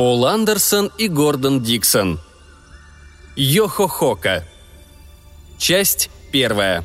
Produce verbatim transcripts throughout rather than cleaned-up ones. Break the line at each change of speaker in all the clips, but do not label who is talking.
Пол Андерсон и Гордон Диксон. Йо-хо-хока. Часть первая.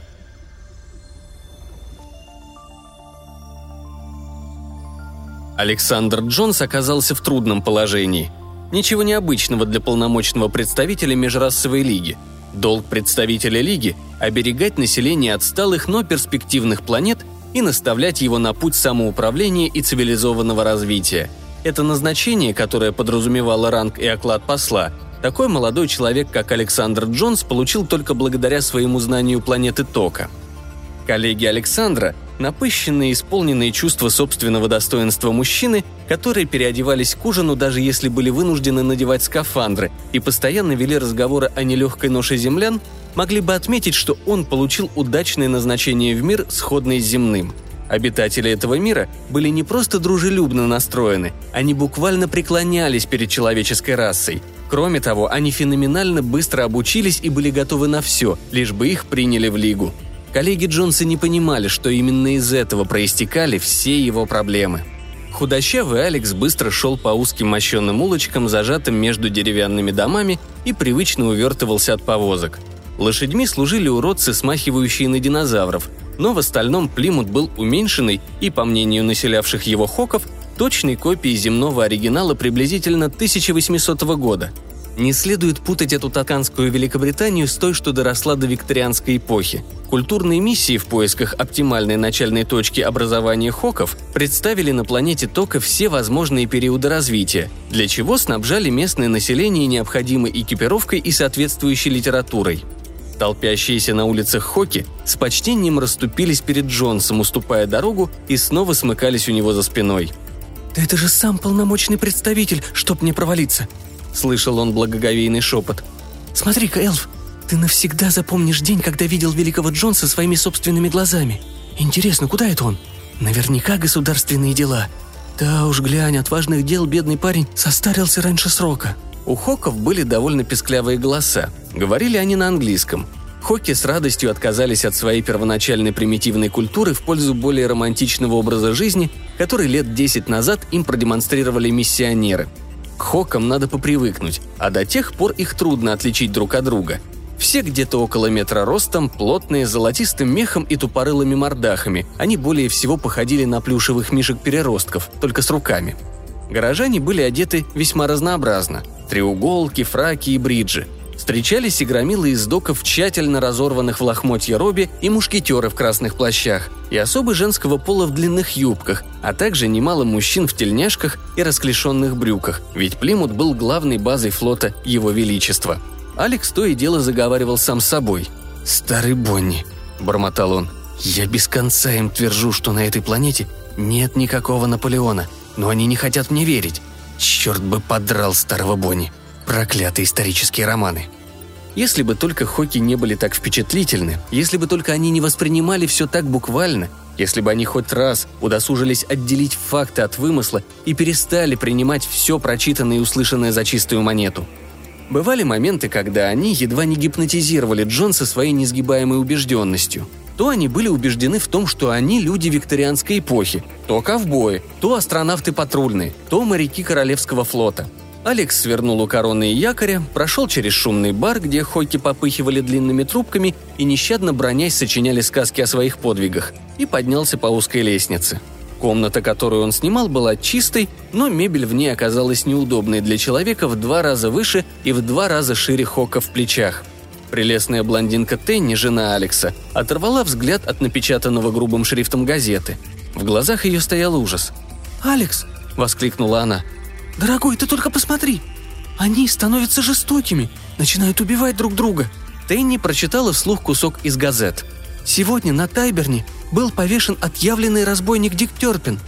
Александр Джонс оказался в трудном положении. Ничего необычного для полномочного представителя Межрасовой лиги. Долг представителя лиги – оберегать население отсталых, но перспективных планет и наставлять его на путь самоуправления и цивилизованного развития. Это назначение, которое подразумевало ранг и оклад посла, такой молодой человек, как Александр Джонс, получил только благодаря своему знанию планеты Тока. Коллеги Александра – напыщенные, исполненные чувства собственного достоинства мужчины, которые переодевались к ужину, даже если были вынуждены надевать скафандры, и постоянно вели разговоры о нелегкой ноше землян, могли бы отметить, что он получил удачное назначение в мир, сходный с земным. Обитатели этого мира были не просто дружелюбно настроены, они буквально преклонялись перед человеческой расой. Кроме того, они феноменально быстро обучились и были готовы на все, лишь бы их приняли в лигу. Коллеги Джонса не понимали, что именно из этого проистекали все его проблемы. Худощавый Алекс быстро шел по узким мощенным улочкам, зажатым между деревянными домами, и привычно увертывался от повозок. Лошадьми служили уродцы, смахивающие на динозавров, но в остальном Плимут был уменьшенный и, по мнению населявших его хоков, точной копией земного оригинала приблизительно тысяча восьмисотого года. Не следует путать эту токанскую Великобританию с той, что доросла до викторианской эпохи. Культурные миссии в поисках оптимальной начальной точки образования хоков представили на планете Тока все возможные периоды развития, для чего снабжали местное население необходимой экипировкой и соответствующей литературой. Толпящиеся на улицах хоки с почтением расступились перед Джонсом, уступая дорогу, и снова смыкались у него за спиной.
«Да это же сам полномочный представитель, чтоб не провалиться!» – слышал он благоговейный шепот. «Смотри-ка, Эльф, ты навсегда запомнишь день, когда видел великого Джонса своими собственными глазами. Интересно, куда это он? Наверняка государственные дела. Да уж глянь, от важных дел бедный парень состарился раньше срока».
У хоков были довольно песклявые голоса. Говорили они на английском. Хоки с радостью отказались от своей первоначальной примитивной культуры в пользу более романтичного образа жизни, который лет десять назад им продемонстрировали миссионеры. К хокам надо попривыкнуть, а до тех пор их трудно отличить друг от друга. Все где-то около метра ростом, плотные, с золотистым мехом и тупорылыми мордахами. Они более всего походили на плюшевых мишек-переростков, только с руками. Горожане были одеты весьма разнообразно. Треуголки, фраки и бриджи. Встречались и громилы из доков, тщательно разорванных в лохмотья робе, и мушкетеры в красных плащах, и особы женского пола в длинных юбках, а также немало мужчин в тельняшках и расклешенных брюках, ведь Плимут был главной базой флота Его Величества. Алекс то и дело заговаривал сам с собой. «Старый Бонни», – бормотал он, – «я без конца им твержу, что на этой планете нет никакого Наполеона, но они не хотят мне верить. Черт бы подрал старого Бонни. Проклятые исторические романы». Если бы только хоки не были так впечатлительны, если бы только они не воспринимали все так буквально, если бы они хоть раз удосужились отделить факты от вымысла и перестали принимать все прочитанное и услышанное за чистую монету. Бывали моменты, когда они едва не гипнотизировали Джонса своей несгибаемой убежденностью. То они были убеждены в том, что они люди викторианской эпохи, то ковбои, то астронавты патрульные, то моряки Королевского флота. Алекс свернул у короны и якоря, прошел через шумный бар, где хоки попыхивали длинными трубками и нещадно бронясь сочиняли сказки о своих подвигах, и поднялся по узкой лестнице. Комната, которую он снимал, была чистой, но мебель в ней оказалась неудобной для человека в два раза выше и в два раза шире хока в плечах. Прелестная блондинка Тенни, жена Алекса, оторвала взгляд от напечатанного грубым шрифтом газеты. В глазах ее стоял ужас.
«Алекс!»
– воскликнула она.
«Дорогой, ты только посмотри! Они становятся жестокими, начинают убивать друг друга!»
Тенни прочитала вслух кусок из газет.
«Сегодня на Тайберне был повешен отъявленный разбойник Дик Тёрпин».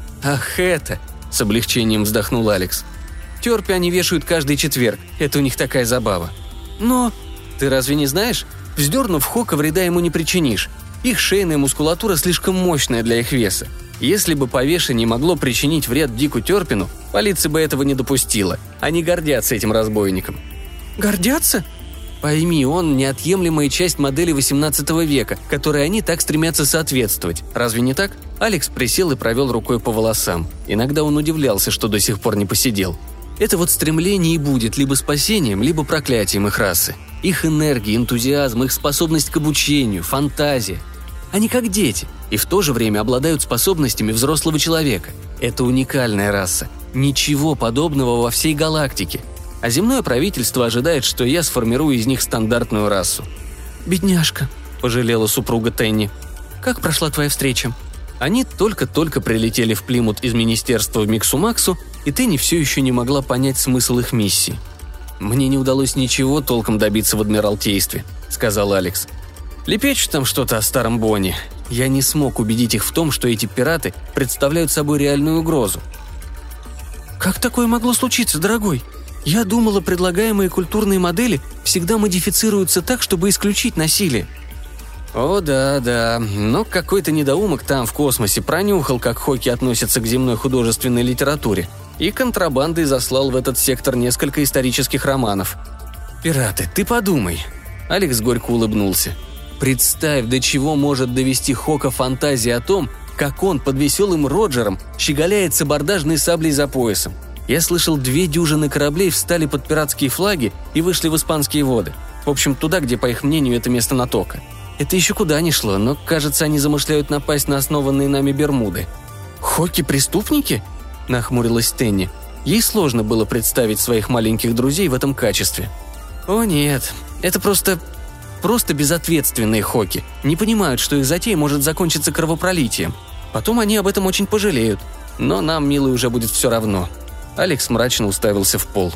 «Ах это!» – с облегчением вздохнул Алекс. «Тёрпи они вешают каждый четверг, это у них такая забава».
«Но...»
«Ты разве не знаешь? Вздернув хока, вреда ему не причинишь. Их шейная мускулатура слишком мощная для их веса. Если бы повешение могло причинить вред Дику Тёрпину, полиция бы этого не допустила. Они гордятся этим разбойником».
«Гордятся?»
Пойми, он неотъемлемая часть модели восемнадцатого века, которой они так стремятся соответствовать. Разве не так? Алекс присел и провел рукой по волосам. Иногда он удивлялся, что до сих пор не посидел. Это вот стремление и будет либо спасением, либо проклятием их расы. Их энергия, энтузиазм, их способность к обучению, фантазия. Они как дети, и в то же время обладают способностями взрослого человека. Это уникальная раса. Ничего подобного во всей галактике. А земное правительство ожидает, что я сформирую из них стандартную расу.
«Бедняжка», – пожалела супруга Тенни. «Как прошла твоя встреча?»
Они только-только прилетели в Плимут из министерства в Миксумаксу, и Тенни все еще не могла понять смысл их миссии. «Мне не удалось ничего толком добиться в Адмиралтействе», – сказал Алекс. «Лепечут там что-то о старом Бонни. Я не смог убедить их в том, что эти пираты представляют собой реальную угрозу».
«Как такое могло случиться, дорогой? Я думала, предлагаемые культурные модели всегда модифицируются так, чтобы исключить насилие».
«О, да, да, но какой-то недоумок там, в космосе, пронюхал, как Хоки относятся к земной художественной литературе, и контрабандой заслал в этот сектор несколько исторических романов. Пираты, ты подумай». Алекс горько улыбнулся. «Представь, до чего может довести Хока фантазия о том, как он под веселым Роджером щеголяет с абордажной саблей за поясом. Я слышал, две дюжины кораблей встали под пиратские флаги и вышли в испанские воды. В общем, туда, где, по их мнению, это место натока. Это еще куда ни шло, но, кажется, они замышляют напасть на основанные нами Бермуды».
«Хоки преступники?»
– нахмурилась Тенни. Ей сложно было представить своих маленьких друзей в этом качестве. «О нет, это просто... просто безответственные Хоки. Не понимают, что их затея может закончиться кровопролитием. Потом они об этом очень пожалеют. Но нам, милый, уже будет все равно». Алекс мрачно уставился в пол.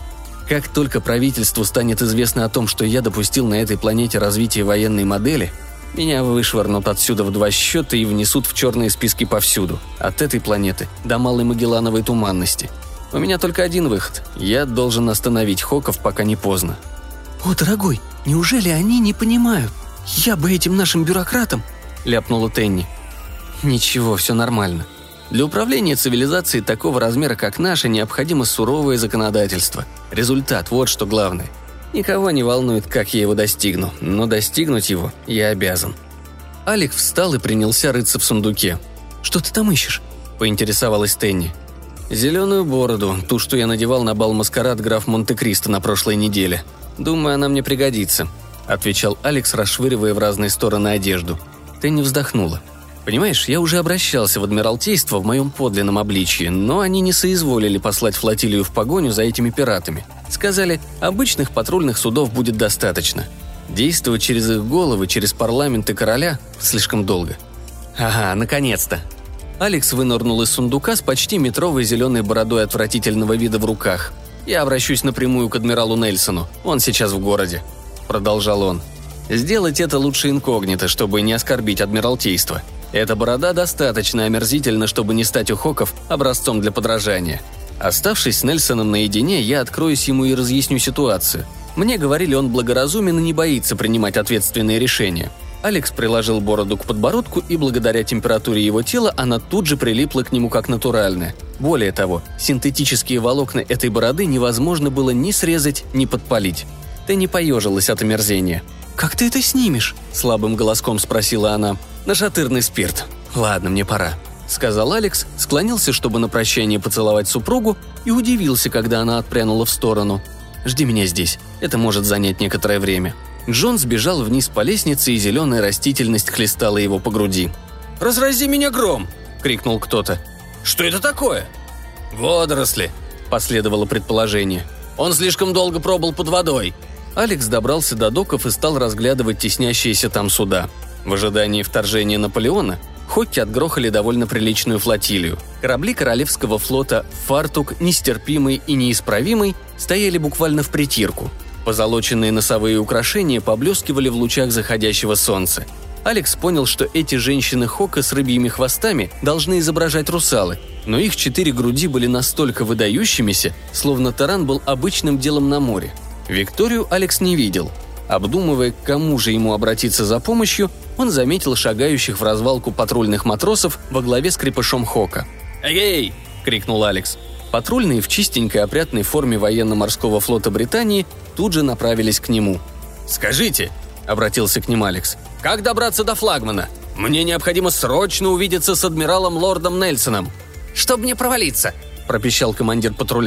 «Как только правительству станет известно о том, что я допустил на этой планете развитие военной модели, меня вышвырнут отсюда в два счета и внесут в черные списки повсюду, от этой планеты до Малой Магеллановой туманности. У меня только один выход. Я должен остановить Хоков, пока не поздно».
«О, дорогой, неужели они не понимают? Я бы этим нашим бюрократам...»
– ляпнула Тенни. «Ничего, все нормально. Для управления цивилизацией такого размера, как наша, необходимо суровое законодательство. Результат – вот что главное. Никого не волнует, как я его достигну, но достигнуть его я обязан». Алекс встал и принялся рыться в сундуке.
«Что ты там ищешь?»
– поинтересовалась Тенни. «Зеленую бороду, ту, что я надевал на бал маскарад граф Монте-Кристо на прошлой неделе. Думаю, она мне пригодится», – отвечал Алекс, расшвыривая в разные стороны одежду. Тенни вздохнула. «Понимаешь, я уже обращался в Адмиралтейство в моем подлинном обличье, но они не соизволили послать флотилию в погоню за этими пиратами. Сказали, обычных патрульных судов будет достаточно. Действовать через их головы, через парламент и короля слишком долго». «Ага, наконец-то!» Алекс вынырнул из сундука с почти метровой зеленой бородой отвратительного вида в руках. «Я обращусь напрямую к адмиралу Нельсону, он сейчас в городе», – продолжал он. «Сделать это лучше инкогнито, чтобы не оскорбить Адмиралтейство. Эта борода достаточно омерзительна, чтобы не стать у Хоков образцом для подражания. Оставшись с Нельсоном наедине, я откроюсь ему и разъясню ситуацию. Мне говорили, он благоразумен и не боится принимать ответственные решения». Алекс приложил бороду к подбородку, и благодаря температуре его тела она тут же прилипла к нему как натуральная. Более того, синтетические волокна этой бороды невозможно было ни срезать, ни подпалить. Тенни поежилась от омерзения.
«Как ты это снимешь?»
– слабым голоском спросила она. «Нашатырный спирт. Ладно, мне пора», – сказал Алекс, склонился, чтобы на прощание поцеловать супругу, и удивился, когда она отпрянула в сторону. «Жди меня здесь. Это может занять некоторое время». Джон сбежал вниз по лестнице, и зеленая растительность хлестала его по груди. «Разрази меня гром!» – крикнул кто-то. «Что это такое?» «Водоросли», – последовало предположение. «Он слишком долго пробыл под водой». Алекс добрался до доков и стал разглядывать теснящиеся там суда. В ожидании вторжения Наполеона Хокки отгрохали довольно приличную флотилию. Корабли Королевского флота «Фартук», «Нестерпимый» и «Неисправимый» стояли буквально в притирку. Позолоченные носовые украшения поблескивали в лучах заходящего солнца. Алекс понял, что эти женщины Хока с рыбьими хвостами должны изображать русалы, но их четыре груди были настолько выдающимися, словно таран был обычным делом на море. Викторию Алекс не видел. Обдумывая, к кому же ему обратиться за помощью, он заметил шагающих в развалку патрульных матросов во главе с крепышом Хока. «Эй!» – крикнул Алекс. Патрульные в чистенькой опрятной форме военно-морского флота Британии тут же направились к нему. «Скажите», – обратился к ним Алекс, – «как добраться до флагмана? Мне необходимо срочно увидеться с адмиралом лордом Нельсоном».
«Чтоб не провалиться»,
– пропищал командир патруля.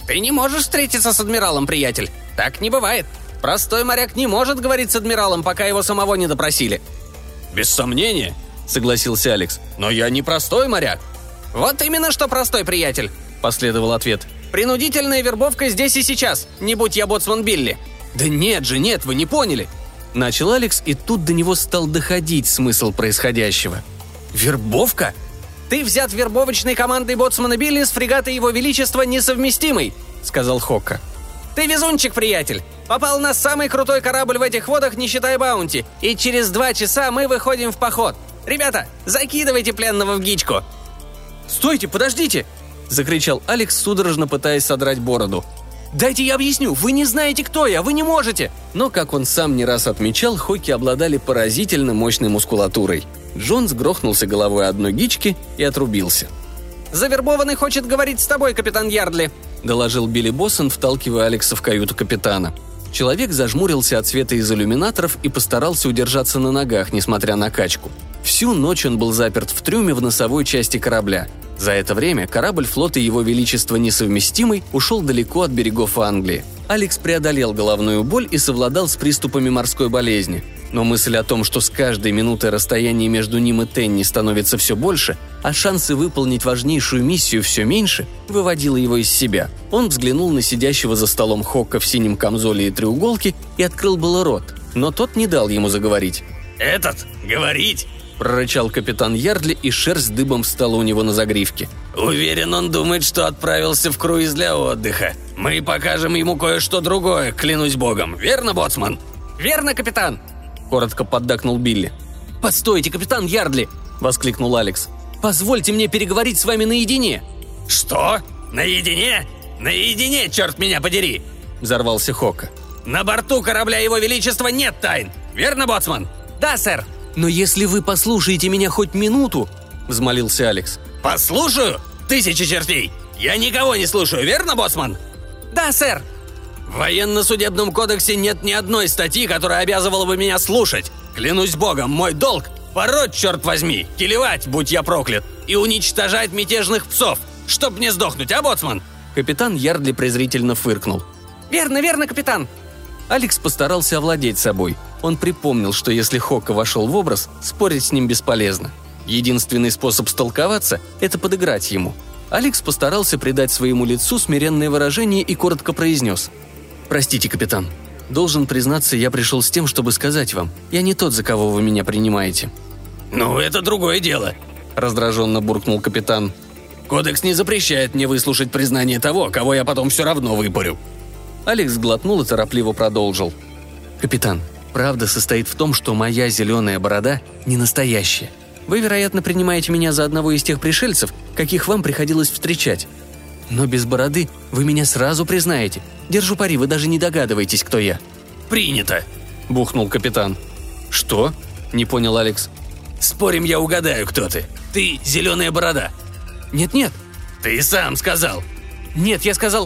Ты не можешь встретиться с адмиралом, приятель. Так не бывает. Простой моряк не может говорить с адмиралом, пока его самого не допросили». «Без сомнения», — согласился Алекс. «Но я не простой моряк». «Вот именно что простой, приятель», — последовал ответ. «Принудительная вербовка здесь и сейчас. Не будь я боцман Билли». «Да нет же, нет, вы не поняли», — начал Алекс, и тут до него стал доходить смысл происходящего. «Вербовка? Ты взят вербовочной командой боцмана Билли с фрегата Его Величества несовместимый», — сказал Хокка. «Ты везунчик, приятель. Попал на самый крутой корабль в этих водах, не считая баунти, и через два часа мы выходим в поход. Ребята, закидывайте пленного в гичку». «Стойте, подождите!» – закричал Алекс, судорожно пытаясь содрать бороду. «Дайте я объясню, вы не знаете, кто я, вы не можете!» Но, как он сам не раз отмечал, Хокки обладали поразительно мощной мускулатурой. Джонс грохнулся головой одной гички и отрубился. «Завербованный хочет говорить с тобой, капитан Ярдли», – доложил Билли Боссон, вталкивая Алекса в каюту капитана. Человек зажмурился от света из иллюминаторов и постарался удержаться на ногах, несмотря на качку. Всю ночь он был заперт в трюме в носовой части корабля. За это время корабль флота Его Величества Несовместимый ушел далеко от берегов Англии. Алекс преодолел головную боль и совладал с приступами морской болезни. Но мысль о том, что с каждой минутой расстояние между ним и Тенни становится все больше, а шансы выполнить важнейшую миссию все меньше, выводила его из себя. Он взглянул на сидящего за столом Хокка в синем камзоле и треуголке и открыл было рот, но тот не дал ему заговорить.
«Этот? Говорить?»
– прорычал капитан Ярдли, и шерсть дыбом встала у него на загривке.
«Уверен, он думает, что отправился в круиз для отдыха. Мы покажем ему кое-что другое, клянусь богом. Верно, боцман?»
«Верно, капитан!» – коротко поддакнул Билли. «Постойте, капитан Ярдли!» – воскликнул Алекс. «Позвольте мне переговорить с вами наедине!»
«Что? Наедине? Наедине, черт меня подери!»
– взорвался Хокка.
«На борту корабля Его Величества нет тайн! Верно, боцман?»
«Да, сэр!» «Но если вы послушаете меня хоть минуту!» – взмолился Алекс.
«Послушаю? Тысячи чертей! Я никого не слушаю, верно, боцман?»
«Да, сэр!»
«В военно-судебном кодексе нет ни одной статьи, которая обязывала бы меня слушать. Клянусь богом, мой долг – пороть, черт возьми, килевать, будь я проклят, и уничтожать мятежных псов, чтоб не сдохнуть, а, боцман?»
Капитан Ярдли презрительно фыркнул.
«Верно, верно, капитан!»
Алекс постарался овладеть собой. Он припомнил, что если Хокка вошел в образ, спорить с ним бесполезно. Единственный способ столковаться – это подыграть ему. Алекс постарался придать своему лицу смиренное выражение и коротко произнес. «Простите, капитан. Должен признаться, я пришел с тем, чтобы сказать вам. Я не тот, за кого вы меня принимаете».
«Ну, это другое дело», –
раздраженно буркнул капитан.
«Кодекс не запрещает мне выслушать признание того, кого я потом все равно выпарю».
Алекс глотнул и торопливо продолжил. «Капитан, правда состоит в том, что моя зеленая борода не настоящая. Вы, вероятно, принимаете меня за одного из тех пришельцев, каких вам приходилось встречать. Но без бороды вы меня сразу признаете. Держу пари, вы даже не догадываетесь, кто я».
«Принято»,
– бухнул капитан. «Что?» – не понял Алекс.
«Спорим, я угадаю, кто ты. Ты зеленая борода».
«Нет-нет».
«Ты сам сказал».
«Нет, я сказал...»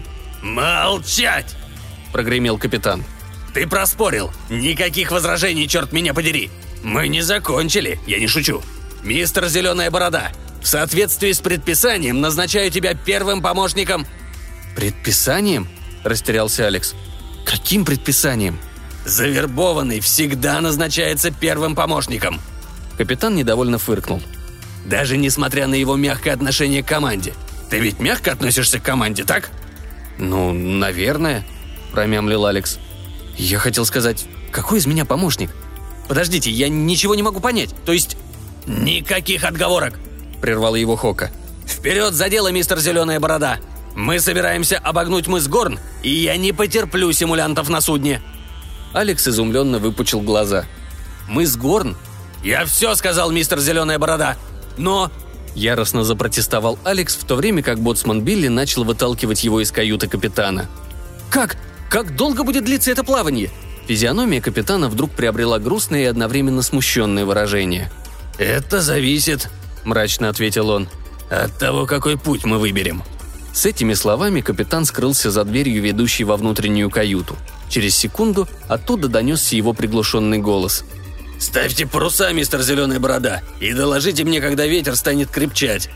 «Молчать!» –
прогремел капитан.
«Ты проспорил. Никаких возражений, черт меня подери. Мы не закончили, я не шучу. Мистер Зеленая Борода, в соответствии с предписанием назначаю тебя первым помощником».
«Предписанием?» – растерялся Алекс. «Каким предписанием?»
«Завербованный всегда назначается первым помощником».
Капитан недовольно фыркнул.
«Даже несмотря на его мягкое отношение к команде. Ты ведь мягко относишься к команде, так?»
«Ну, наверное», – промямлил Алекс. «Я хотел сказать, какой из меня помощник? Подождите, я ничего не могу понять. То есть...»
«Никаких отговорок!» – прервал его Хокка. «Вперед за дело, мистер Зеленая Борода! Мы собираемся обогнуть мыс Горн, и я не потерплю симулянтов на судне!»
Алекс изумленно выпучил глаза. «Мыс Горн?»
«Я все сказал, мистер Зеленая Борода! Но...»
Яростно запротестовал Алекс, в то время как боцман Билли начал выталкивать его из каюты капитана.
«Как? Как долго будет длиться это плавание?»
Физиономия капитана вдруг приобрела грустное и одновременно смущенное выражение.
«Это зависит», – мрачно ответил он, – «от того, какой путь мы выберем».
С этими словами капитан скрылся за дверью, ведущей во внутреннюю каюту. Через секунду оттуда донесся его приглушенный голос.
«Ставьте паруса, мистер Зеленая Борода, и доложите мне, когда ветер станет крепчать».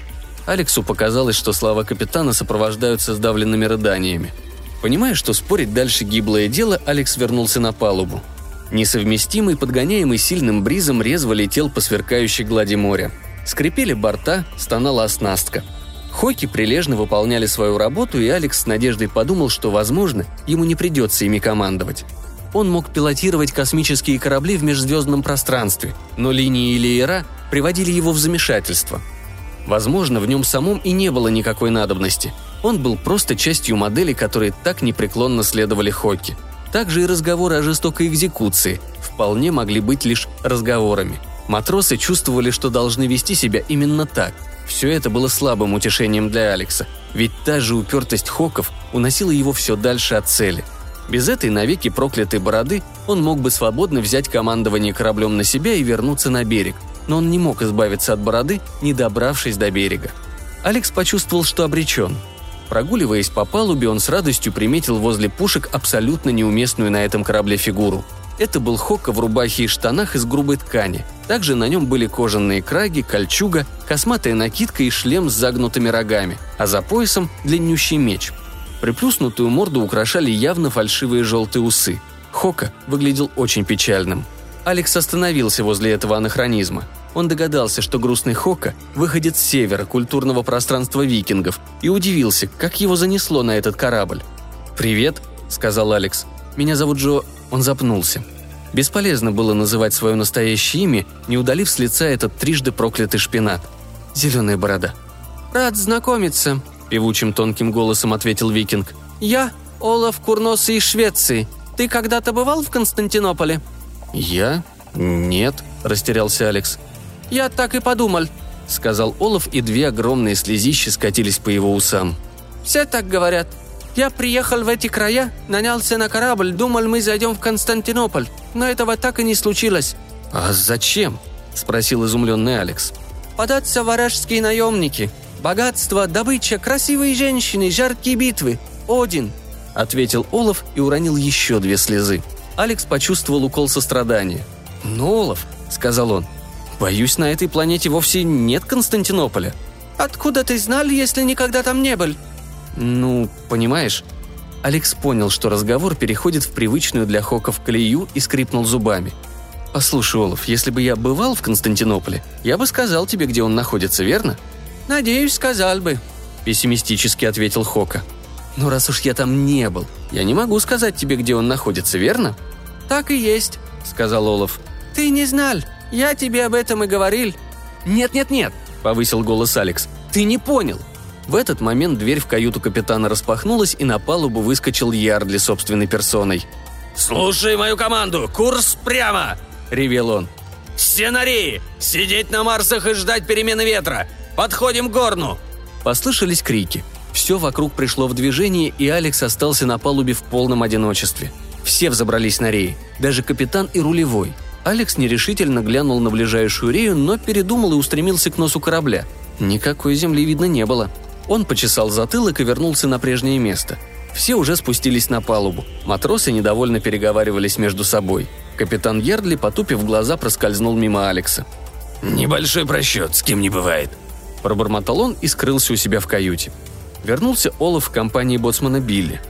Алексу показалось, что слова капитана сопровождаются сдавленными рыданиями. Понимая, что спорить дальше гиблое дело, Алекс вернулся на палубу. Несовместимый, подгоняемый сильным бризом, резво летел по сверкающей глади моря. Скрипели борта, стонала оснастка. Хоки прилежно выполняли свою работу, и Алекс с надеждой подумал, что, возможно, ему не придется ими командовать. Он мог пилотировать космические корабли в межзвездном пространстве, но линии и леера приводили его в замешательство. Возможно, в нем самом и не было никакой надобности. Он был просто частью модели, которые так непреклонно следовали Хоки. Также и разговоры о жестокой экзекуции вполне могли быть лишь разговорами. Матросы чувствовали, что должны вести себя именно так. Все это было слабым утешением для Алекса, ведь та же упертость Хоков уносила его все дальше от цели. Без этой навеки проклятой бороды он мог бы свободно взять командование кораблем на себя и вернуться на берег, но он не мог избавиться от бороды, не добравшись до берега. Алекс почувствовал, что обречен. Прогуливаясь по палубе, он с радостью приметил возле пушек абсолютно неуместную на этом корабле фигуру. Это был Хокка в рубахе и штанах из грубой ткани. Также на нем были кожаные краги, кольчуга, косматая накидка и шлем с загнутыми рогами, а за поясом – длиннющий меч. Приплюснутую морду украшали явно фальшивые желтые усы. Хокка выглядел очень печальным. Алекс остановился возле этого анахронизма. Он догадался, что грустный Хокка выходит с севера, культурного пространства викингов, и удивился, как его занесло на этот корабль. «Привет», — сказал Алекс. «Меня зовут Джо...» Он запнулся. Бесполезно было называть свое настоящее имя, не удалив с лица этот трижды проклятый шпинат. «Зеленая борода».
«Рад знакомиться», — певучим тонким голосом ответил викинг. «Я Олаф Курносый из Швеции. Ты когда-то бывал в Константинополе?»
«Я? Нет», — растерялся Алекс.
«Я так и подумал»,
— сказал Олаф, и две огромные слезищи скатились по его усам.
«Все так говорят. Я приехал в эти края, нанялся на корабль, думал, мы зайдем в Константинополь, но этого так и не случилось».
«А зачем?» – спросил изумленный Алекс.
«Податься в варяжские наемники. Богатство, добыча, красивые женщины, жаркие битвы. Один», – ответил Олаф и уронил еще две слезы. Алекс почувствовал укол сострадания.
«Но, Олаф», – сказал он, – «боюсь, на этой планете вовсе нет Константинополя».
«Откуда ты знал, если никогда там не был?»
«Ну, понимаешь...» Алекс понял, что разговор переходит в привычную для Хоков колею, и скрипнул зубами. «Послушай, Олаф, если бы я бывал в Константинополе, я бы сказал тебе, где он находится, верно?»
«Надеюсь, сказал бы»,
– пессимистически ответил Хокка. «Но раз уж я там не был, я не могу сказать тебе, где он находится, верно?»
«Так и есть»,
– сказал Олаф.
«Ты не знал. Я тебе об этом и говорил».
«Нет-нет-нет», – повысил голос Алекс. «Ты не понял». В этот момент дверь в каюту капитана распахнулась, и на палубу выскочил Ярдли собственной персоной.
«Слушай мою команду! Курс прямо!» – ревел он. «Сценарии! Сидеть на Марсах и ждать перемены ветра! Подходим к Горну!»
Послышались крики. Все вокруг пришло в движение, и Алекс остался на палубе в полном одиночестве. Все взобрались на реи, даже капитан и рулевой. Алекс нерешительно глянул на ближайшую рею, но передумал и устремился к носу корабля. Никакой земли видно не было. Он почесал затылок и вернулся на прежнее место. Все уже спустились на палубу. Матросы недовольно переговаривались между собой. Капитан Ярдли, потупив глаза, проскользнул мимо Алекса.
«Небольшой просчет, с кем не бывает»,
– пробормотал он и скрылся у себя в каюте. Вернулся Олаф в компании боцмана Билли.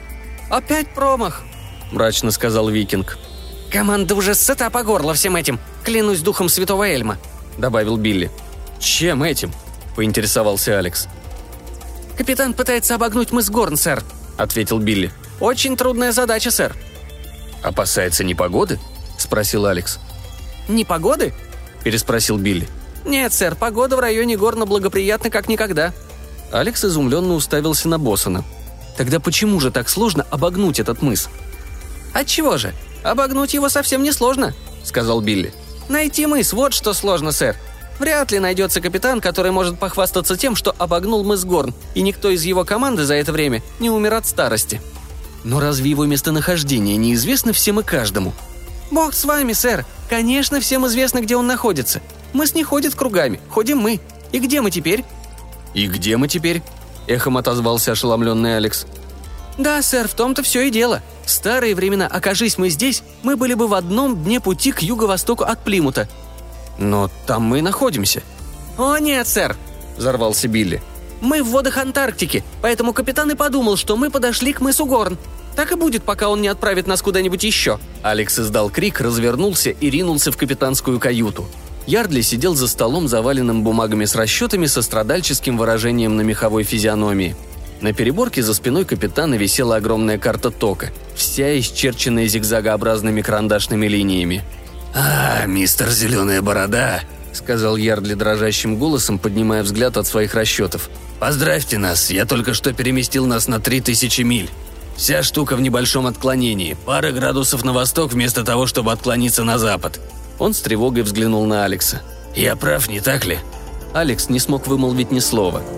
«Опять промах»,
– мрачно сказал викинг.
«Команда уже сыта по горло всем этим, клянусь духом святого Эльма»,
– добавил Билли. «Чем этим?» – поинтересовался Алекс.
«Капитан пытается обогнуть мыс Горн, сэр», — ответил Билли. «Очень трудная задача, сэр».
«Опасается непогоды?» — спросил Алекс.
«Непогоды?»
— переспросил Билли.
«Нет, сэр, погода в районе Горна благоприятна как никогда».
Алекс изумленно уставился на Боссона. «Тогда почему же так сложно обогнуть этот мыс?»
«Отчего же? Обогнуть его совсем не сложно», — сказал Билли. «Найти мыс, вот что сложно, сэр. Вряд ли найдется капитан, который может похвастаться тем, что обогнул мыс Горн, и никто из его команды за это время не умер от старости».
«Но разве его местонахождение неизвестно всем и каждому?»
«Бог с вами, сэр. Конечно, всем известно, где он находится. Мыс не ходит кругами, ходим мы. И где мы теперь?»
«И где мы теперь?» – эхом отозвался ошеломленный Алекс.
«Да, сэр, в том-то все и дело. В старые времена, окажись мы здесь, мы были бы в одном дне пути к юго-востоку от Плимута».
«Но там мы и находимся».
«О, нет, сэр.
– взорвался Билли.
«Мы в водах Антарктики, поэтому капитан и подумал, что мы подошли к мысу Горн. Так и будет, пока он не отправит нас куда-нибудь еще».
Алекс издал крик, развернулся и ринулся в капитанскую каюту. Ярдли сидел за столом, заваленным бумагами с расчетами, со страдальческим выражением на меховой физиономии. На переборке за спиной капитана висела огромная карта тока, вся исчерченная зигзагообразными карандашными линиями.
«А, мистер Зеленая Борода», — сказал Ярдли дрожащим голосом, поднимая взгляд от своих расчетов. «Поздравьте нас, я только что переместил нас на три тысячи миль. Вся штука в небольшом отклонении, пара градусов на восток вместо того, чтобы отклониться на запад».
Он с тревогой взглянул на Алекса.
«Я прав, не так ли?»
Алекс не смог вымолвить ни слова.